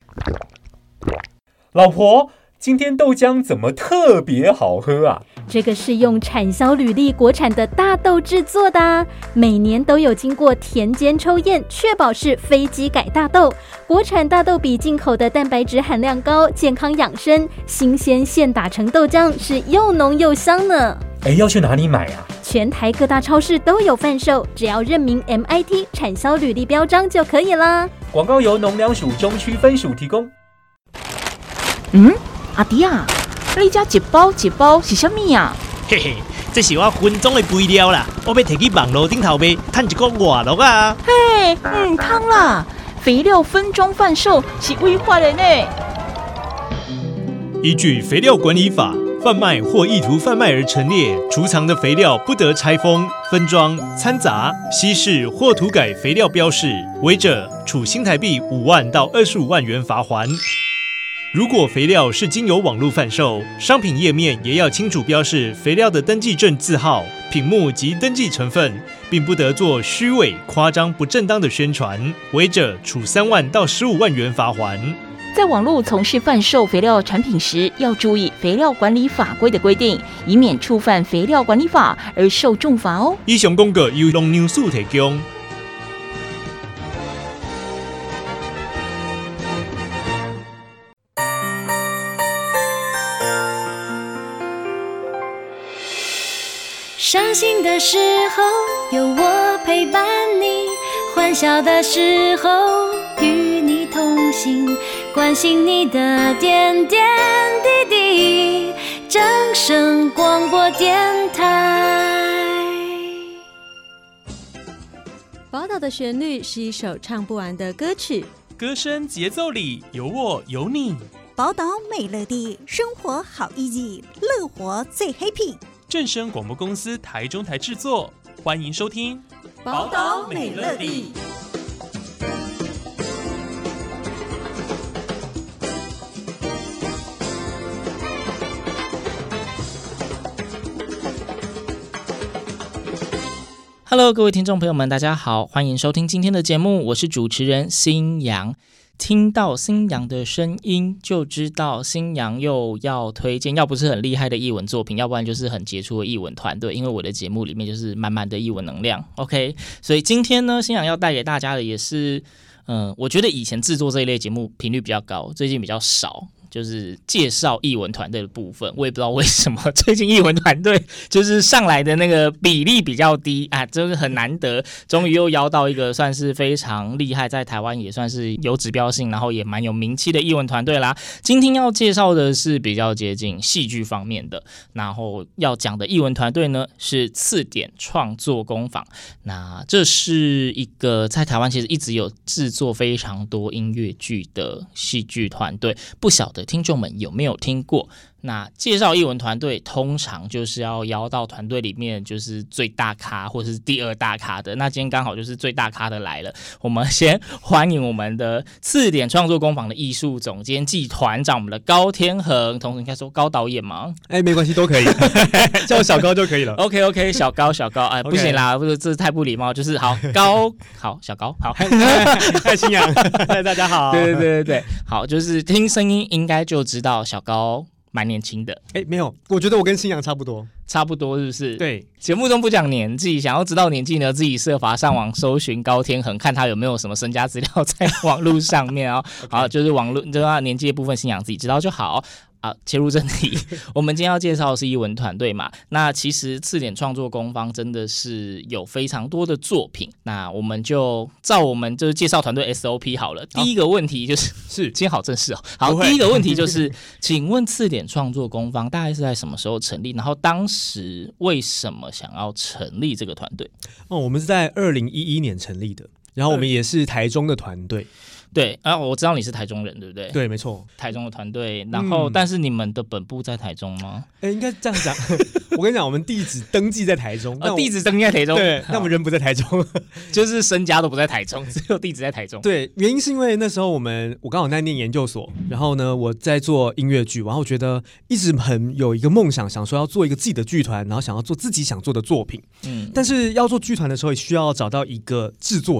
老婆，今天豆浆怎么特别好喝啊？ 这个是用产销履历国产的大豆制作的啊，每年都有经过田间抽验，确保是非机改大豆。国产大豆比进口的蛋白质含量高，健康养生，新鲜现打成豆浆，是又浓又香呢。 要去哪里买啊？ 全台各大超市都有贩售，只要认明 MIT 产销履历标章就可以啦。 广告由农粮署中区分署提供。 阿弟啊，你这一包一包是什么啊？ 嘿嘿，这是我分装的肥料啦，我要摕去网络顶头卖，赚一个外乐啊！ 嘿，汤啦，肥料分装贩售是违法的呢。 依据肥料管理法，贩卖或意图贩卖而陈列、储藏的肥料不得拆封、分装、掺杂、稀释或涂改肥料标示，违者处新台币5万到25万元罚锾。如果肥料是经由网络贩售，商品页面也要清楚标示肥料的登记证字号、品目及登记成分，并不得做虚伪、夸张、不正当的宣传，违者处3万到15万元罚锾。 在网络从事贩售肥料产品时，要注意肥料管理法规的规定，以免触犯肥料管理法而受重罚哦。 以上广告由农粮署提供。 伤心的时候有我陪伴你，欢笑的时候与你同行，关心你的点点滴滴。正声广播电台。 宝岛的旋律是一首唱不完的歌曲， 歌声节奏里有我有你。 宝岛美乐地，生活好easy，乐活最 happy。 正声广播公司台中台制作，欢迎收听宝岛美乐地。 Hello， 各位听众朋友们，大家好，欢迎收听今天的节目，我是主持人新阳。听到新阳的声音，就知道新阳又要推荐，要不是很厉害的艺文作品，要不然就是很杰出的艺文团队。因为我的节目里面就是满满的艺文能量 ，OK。所以今天呢，新阳要带给大家的也是，我觉得以前制作这一类节目频率比较高，最近比较少。就是介绍艺文团队的部分，我也不知道为什么最近艺文团队就是上来的那个比例比较低啊，真是很难得，终于又邀到一个算是非常厉害，在台湾也算是有指标性，然后也蛮有名气的艺文团队啦。今天要介绍的是比较接近戏剧方面的，然后要讲的艺文团队呢是次点创作工坊。那这是一个在台湾其实一直有制作非常多音乐剧的戏剧团队，不晓得听众们有没有听过？那介绍艺文团队通常就是要邀到团队里面就是最大咖或是第二大咖的，那今天刚好就是最大咖的来了。我们先欢迎我们的次点创作工坊的艺术总监暨团长，我们的高天恒，同时应该说高导演吗？ 没关系，都可以，叫我小高就可以了。 OK， 小高，不行啦，这太不礼貌，就是好高，好小高，好， 嗨，新阳，大家好， 对，好，就是听声音应该就知道小高蛮年轻的。 没有，我觉得我跟新阳差不多是不是？ 对， 节目中不讲年纪，想要知道年纪呢，自己设法上网搜寻高天恒，看他有没有什么身家资料在网络上面哦。好，就是网络就他年纪的部分，新阳自己知道就好。切入正题，我们今天要介绍的是艺文团队嘛。那其实次点创作工坊真的是有非常多的作品，那我们就照我们就是介绍团队 SOP 好了。第一个问题就是今天好正式哦。好，第一个问题就是，请问次点创作工坊大概是在什么时候成立？然后当时为什么想要成立这个团队？ 我们是在2011年成立的，然后我们也是台中的团队。 对我知道你是台中人，对不对？ 对，没错， 台中的团队。然后，但是你们的本部在台中吗？ 应该这样讲。我跟你讲，我们地址登记在台中， 地址登记在台中， 对，但我们人不在台中， 就是身家都不在台中，只有地址在台中。 对，原因是因为那时候我刚好在念研究所，然后呢，我在做音乐剧，然后觉得一直很有一个梦想，想说要做一个自己的剧团，然后想要做自己想做的作品。但是要做剧团的时候，也需要找到一个制作人。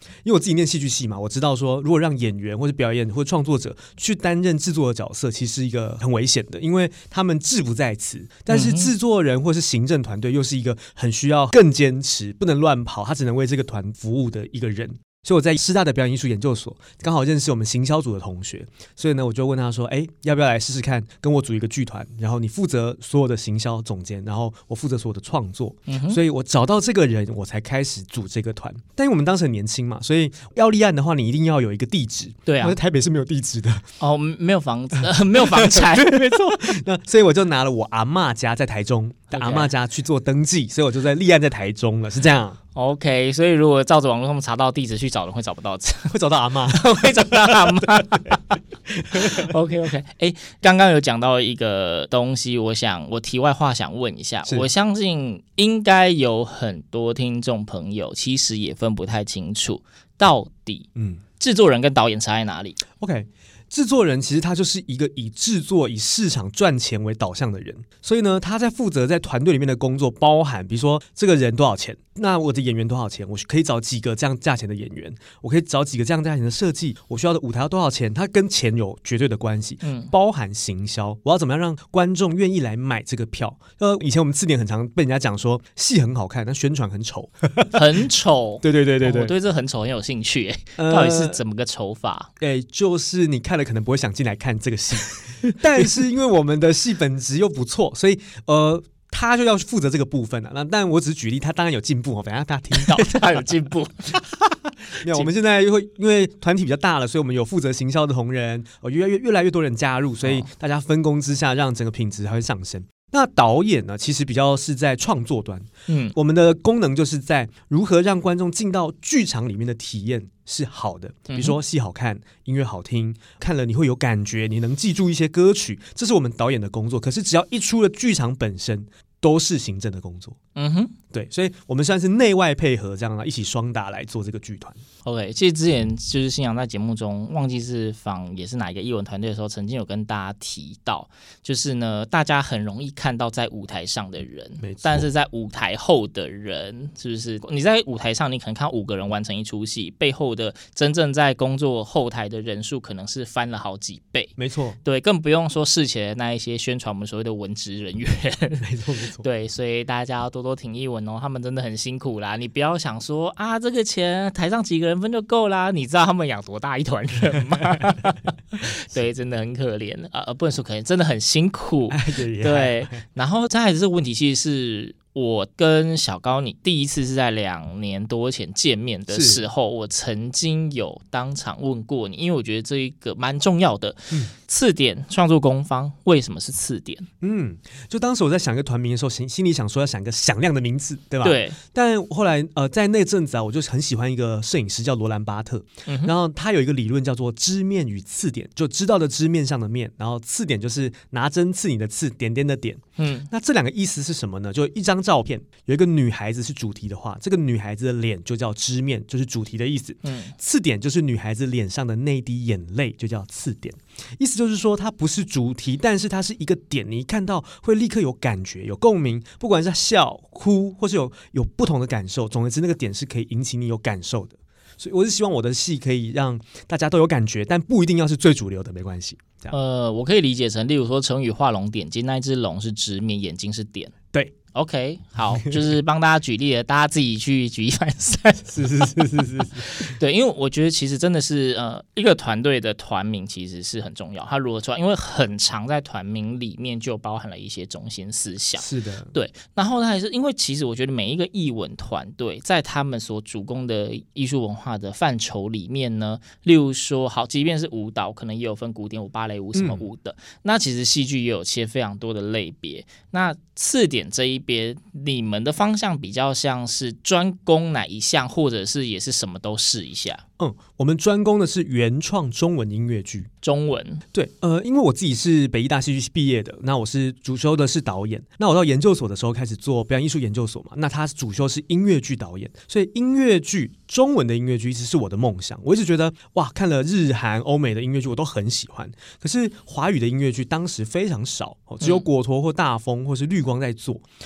因为我自己念戏剧系嘛，我知道说如果让演员或者表演或者创作者去担任制作的角色，其实是一个很危险的，因为他们志不在此。但是制作人或是行政团队又是一个很需要更坚持，不能乱跑，他只能为这个团服务的一个人。所以我在师大的表演艺术研究所刚好认识我们行销组的同学，所以呢我就问他说要不要来试试看跟我组一个剧团，然后你负责所有的行销总监，然后我负责所有的创作。所以我找到这个人我才开始组这个团。但因为我们当时很年轻嘛，所以要立案的话你一定要有一个地址。 对啊， 我在台北是没有地址的。 没有房子没有房产对，没错。那所以我就拿了我阿嬷家在台中的阿嬷家去做登记，所以我就在立案在台中了，是这样。 OK， 所以如果照着网络上查到地址去找人，会找不到， 会找到阿嬷， 会找到阿嬷。OK， 刚刚有讲到一个东西，我题外话想问一下，我相信应该有很多听众朋友其实也分不太清楚，到底制作人跟导演差在哪里 ？OK。制作人其实他就是一个以制作、以市场赚钱为导向的人，所以呢，他在负责在团队里面的工作，包含比如说这个人多少钱，那我的演员多少钱，我可以找几个这样价钱的演员，我可以找几个这样价钱的设计，我需要的舞台要多少钱，它跟钱有绝对的关系。包含行销，我要怎么样让观众愿意来买这个票？以前我们4点很常被人家讲说戏很好看，但宣传很丑， 很丑。 对， 我对这很丑很有兴趣到底是怎么个丑法？ 就是你看了可能不会想进来看这个戏，但是因为我们的戏本质又不错，所以他就要负责这个部分了。那但我只是举例，他当然有进步，等一下大家听到他有进步。 没有，我们现在因为团体比较大了，所以我们有负责行销的同仁，越来越多人加入，所以大家分工之下，让整个品质还会上升。那导演呢，其实比较是在创作端，我们的功能就是在如何让观众进到剧场里面的体验是好的，比如说戏好看，音乐好听，看了你会有感觉，你能记住一些歌曲，这是我们导演的工作。可是只要一出了剧场本身，都是行政的工作。对，所以我们算是内外配合这样一起双打来做这个剧团。 OK， 其实之前就是新阳在节目中忘记是访也是哪一个艺文团队的时候，曾经有跟大家提到，就是呢，大家很容易看到在舞台上的人，但是在舞台后的人，是不是？你在舞台上，你可能看5个人完成一出戏，背后的真正在工作后台的人数可能是翻了好几倍。 没错， 对，更不用说事前的那一些宣传我们所谓的文职人员。 没错。 对，所以大家要多多挺艺文哦，他们真的很辛苦啦。你不要想说啊，这个钱台上几个人分就够啦，你知道他们养多大一团人吗？对，真的很可怜不能说可怜，真的很辛苦。对，然后再来这个问题，其实是我跟小高你第一次是在2年多前见面的时候，我曾经有当场问过你，因为我觉得这一个蛮重要的。次点创作工坊为什么是次点？ 就当时我在想一个团名的时候，心里想说要想一个响亮的名字，对吧？ 对。 但后来在那阵子我就很喜欢一个摄影师叫罗兰巴特，然后他有一个理论叫做知面与次点，就知道的知，面上的面，然后次点就是拿针刺你的刺，点点的点。那这2个意思是什么呢？就一张照片有一个女孩子是主题的话，这个女孩子的脸就叫知面，就是主题的意思。次点就是女孩子脸上的那滴眼泪，就叫次点。意思就是说它不是主题，但是它是一个点，你一看到会立刻有感觉有共鸣，不管是笑哭或是有不同的感受，总而言之那个点是可以引起你有感受的。所以我是希望我的戏可以让大家都有感觉，但不一定要是最主流的，没关系。 我可以理解成例如说成语画龙点睛，那一只龙是直面，眼睛是点。 对 ，OK， 好，就是帮大家举例了，大家自己去举一反三。 是。 对，因为我觉得其实真的是一个团队的团名其实是很重要，它如何出来，因为很常在团名里面就包含了一些中心思想。 是的， 对。然后它还是因为其实我觉得每一个艺文团队在他们所主攻的艺术文化的范畴里面呢，例如说好，即便是舞蹈，可能也有分古典舞、芭蕾舞什么舞的。那其实戏剧也有切非常多的类别。那次点这一边，你们的方向比较像是专攻哪一项，或者是也是什么都试一下？ 我们专攻的是原创中文音乐剧。 中文， 对，因为我自己是北艺大戏剧系毕业的，那我是主修的是导演。那我到研究所的时候开始做表演艺术研究所嘛，那他主修是音乐剧导演，所以音乐剧中文的音乐剧一直是我的梦想。我一直觉得哇，看了日韩欧美的音乐剧我都很喜欢，可是华语的音乐剧当时非常少，只有果陀或大风或是绿光在做。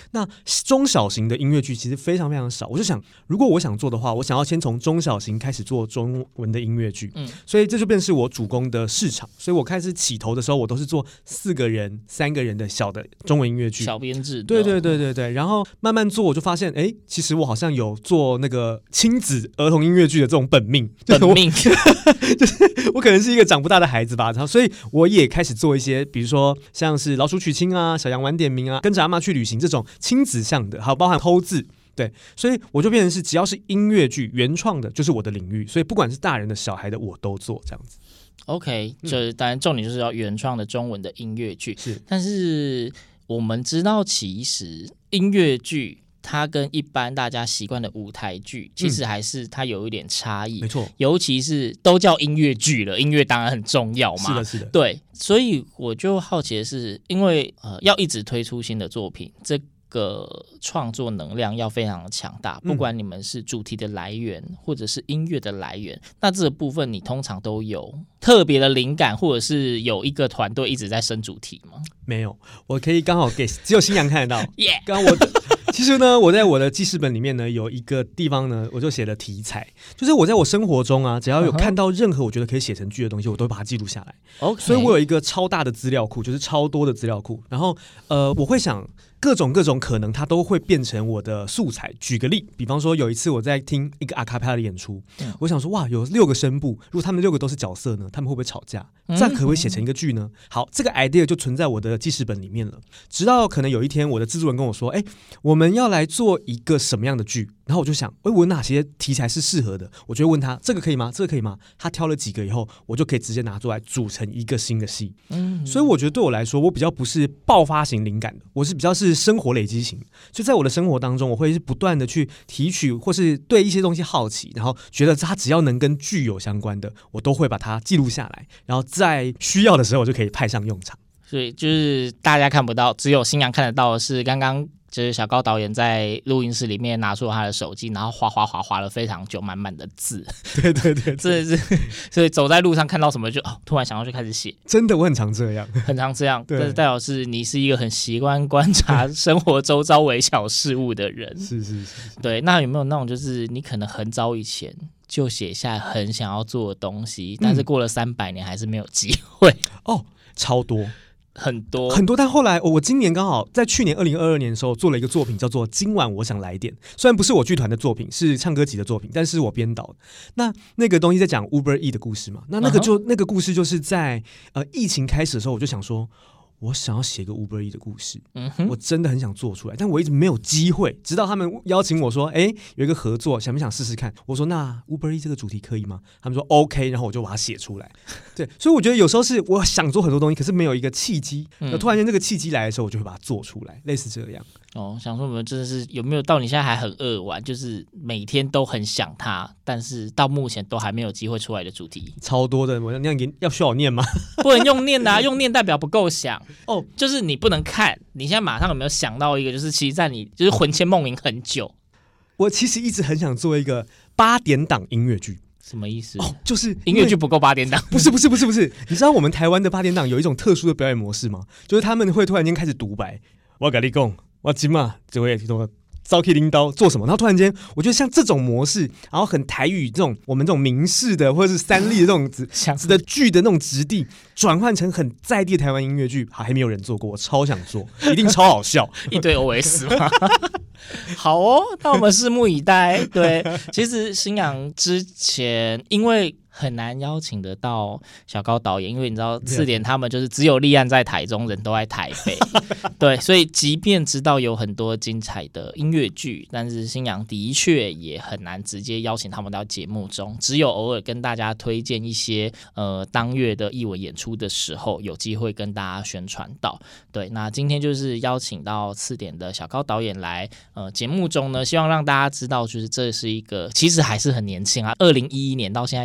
那中小型的音乐剧其实非常非常少，我就想，如果我想做的话，我想要先从中小型开始做中文的音乐剧，所以这就变成是我主攻的市场。所以我开始起头的时候，我都是做4个人、3个人的小的中文音乐剧， 小编制的。 对，然后慢慢做，我就发现，其实我好像有做那个亲子儿童音乐剧的这种本命，就是我可能是一个长不大的孩子吧，然后所以我也开始做一些，比如说像是老鼠娶亲啊、小羊晚点名啊、跟着阿嬷去旅行这种亲子向的，还有包含偷字。对，所以我就变成是只要是音乐剧原创的，就是我的领域，所以不管是大人的、小孩的，我都做这样子。 OK， 就是当然重点就是要原创的中文的音乐剧，但是我们知道，其实音乐剧它跟一般大家习惯的舞台剧，其实还是它有一点差异。 没错， 尤其是都叫音乐剧了，音乐当然很重要嘛。 是的， 对，所以我就好奇的是，因为要一直推出新的作品，这个创作能量要非常的强大，不管你们是主题的来源或者是音乐的来源，那这个部分你通常都有特别的灵感，或者是有一个团队一直在生主题吗？ 没有，我可以刚好给只有新阳看得到。刚我其实呢，我在我的记事本里面呢，有一个地方呢，我就写了题材，就是我在我生活中啊，只要有看到任何我觉得可以写成剧的东西，我都会把它记录下来。所以我有一个超大的资料库，就是超多的资料库。然后我会想各种可能，它都会变成我的素材。举个例，比方说有一次我在听一个阿卡贝拉的演出，我想说哇，有6个声部，如果他们6个都是角色呢，他们会不会吵架？这样可不可以写成一个剧呢？好，这个 idea 就存在我的记事本里面了。直到可能有一天，我的制作人跟我说，我们要来做一个什么样的剧？然后我就想，我有哪些题材是适合的？我就会问他，这个可以吗？这个可以吗？他挑了几个以后，我就可以直接拿出来组成一个新的戏。所以我觉得对我来说，我比较不是爆发型灵感的，我是比较是生活累积型。所以在我的生活当中，我会是不断的去提取，或是对一些东西好奇，然后觉得它只要能跟剧有相关的，我都会把它记录下来，然后在需要的时候我就可以派上用场。 所以就是大家看不到，只有新阳看得到的是刚刚就是小高导演在录音室里面拿出他的手机，然后划了非常久，满满的字。 对，真的是，所以走在路上看到什么就突然想要去开始写。 真的，我很常这样， 但是代表是你是一个很习惯观察生活周遭微小事物的人。 是。 对，那有没有那种就是你可能很早以前就写下很想要做的东西，但是过了300年还是没有机会？ 超多。 很多， 但后来我今年刚好在去年2022年的时候做了一个作品，叫做《今晚我想来点》。虽然不是我剧团的作品，是唱歌集的作品，但是我编导的。那个东西在讲 Uber E 的故事嘛？那个故事就是在疫情开始的时候，我就想说，我想要写个 Uber E 的故事，我真的很想做出来，但我一直没有机会。直到他们邀请我说，有一个合作，想不想试试看？我说那 Uber E 这个主题可以吗？他们说 OK， 然后我就把它写出来。对，所以我觉得有时候是我想做很多东西，可是没有一个契机。突然间这个契机来的时候，我就会把它做出来，类似这样。 想说我们真的是有没有到你现在还很扼腕，就是每天都很想它，但是到目前都还没有机会出来的主题， 超多的。我要需要我念吗？ 不能用念的啊，用念代表不够想就是你不能看。你现在马上有没有想到一个，就是其实在你就是魂牵梦萦很久？ 我其实一直很想做一个8点档音乐剧。 什么意思？ 就是音乐剧不够8点档？ 不是，你知道我们台湾的8点档有一种特殊的表演模式吗？就是他们会突然间开始独白，我跟你讲，我今晚就会招去拎刀做什么，然后突然间，我觉得像这种模式，然后很台语这种我们这种民视的或者是3立的这种子的剧的那种质地，转换成很在地的台湾音乐剧，还没有人做过，我超想做，一定超好笑， 一堆 OS 嘛。好哦，那我们拭目以待。对，其实新阳之前因为很难邀请得到小高导演，因为你知道4点他们就是只有立案在台中，人都在台北。对，所以即便知道有很多精彩的音乐剧，但是新阳的确也很难直接邀请他们到节目中，只有偶尔跟大家推荐一些当月的艺文演出的时候有机会跟大家宣传到。对，那今天就是邀请到4点的小高导演来节目中呢，希望让大家知道就是这是一个其实还是很年轻啊，2011年到现在也才10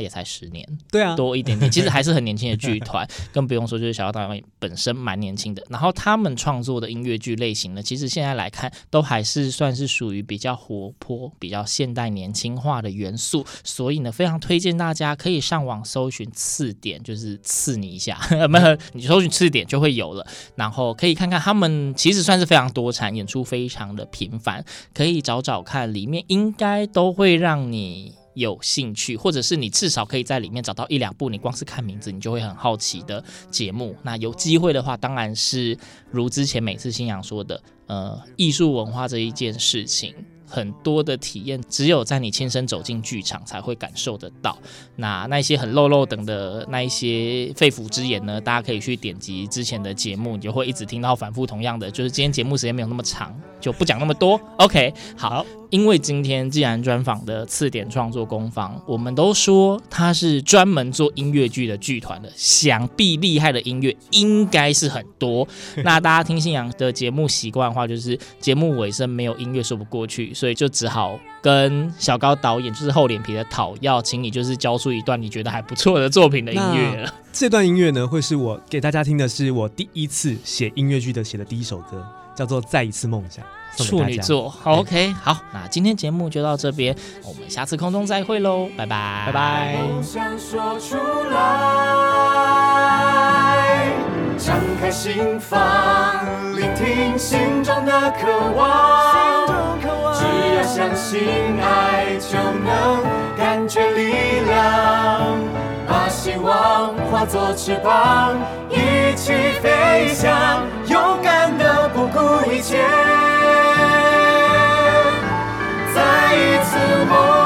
20年， 对啊， 多一点点，其实还是很年轻的剧团，更不用说就是小妖导演本身蛮年轻的。然后他们创作的音乐剧类型呢，其实现在来看都还是算是属于比较活泼、比较现代年轻化的元素，所以呢，非常推荐大家可以上网搜寻刺点，就是刺你一下，你搜寻刺点就会有了。然后可以看看他们其实算是非常多产，演出非常的频繁，可以找找看，里面应该都会让你有兴趣，或者是你至少可以在里面找到1-2部你光是看名字你就会很好奇的节目。那有机会的话，当然是如之前每次新阳说的，艺术文化这一件事情，很多的体验只有在你亲身走进剧场才会感受得到。那一些很漏等的那一些肺腑之言呢，大家可以去点击之前的节目，你就会一直听到反复同样的，就是今天节目时间没有那么长，就不讲那么多。 OK， 好，因为今天既然专访的刺点创作工坊，我们都说它是专门做音乐剧的剧团的，想必厉害的音乐应该是很多。那大家听信阳的节目习惯的话，就是节目尾声没有音乐说不过去，所以就只好跟小高导演就是厚脸皮的讨要，请你就是交出一段你觉得还不错的作品的音乐了。 这段音乐呢，会是我给大家听的，是我第一次写音乐剧的写的第一首歌，叫做《再一次梦想》。 处女座 ，OK， 好，那今天节目就到这边，我们下次空中再会喽，拜拜， 拜拜。 梦想说出来，敞开心房，聆听心中的渴望，只要相信爱，就能感觉力量，把希望化作翅膀，一起飞翔，勇敢的不顾一切，再一次梦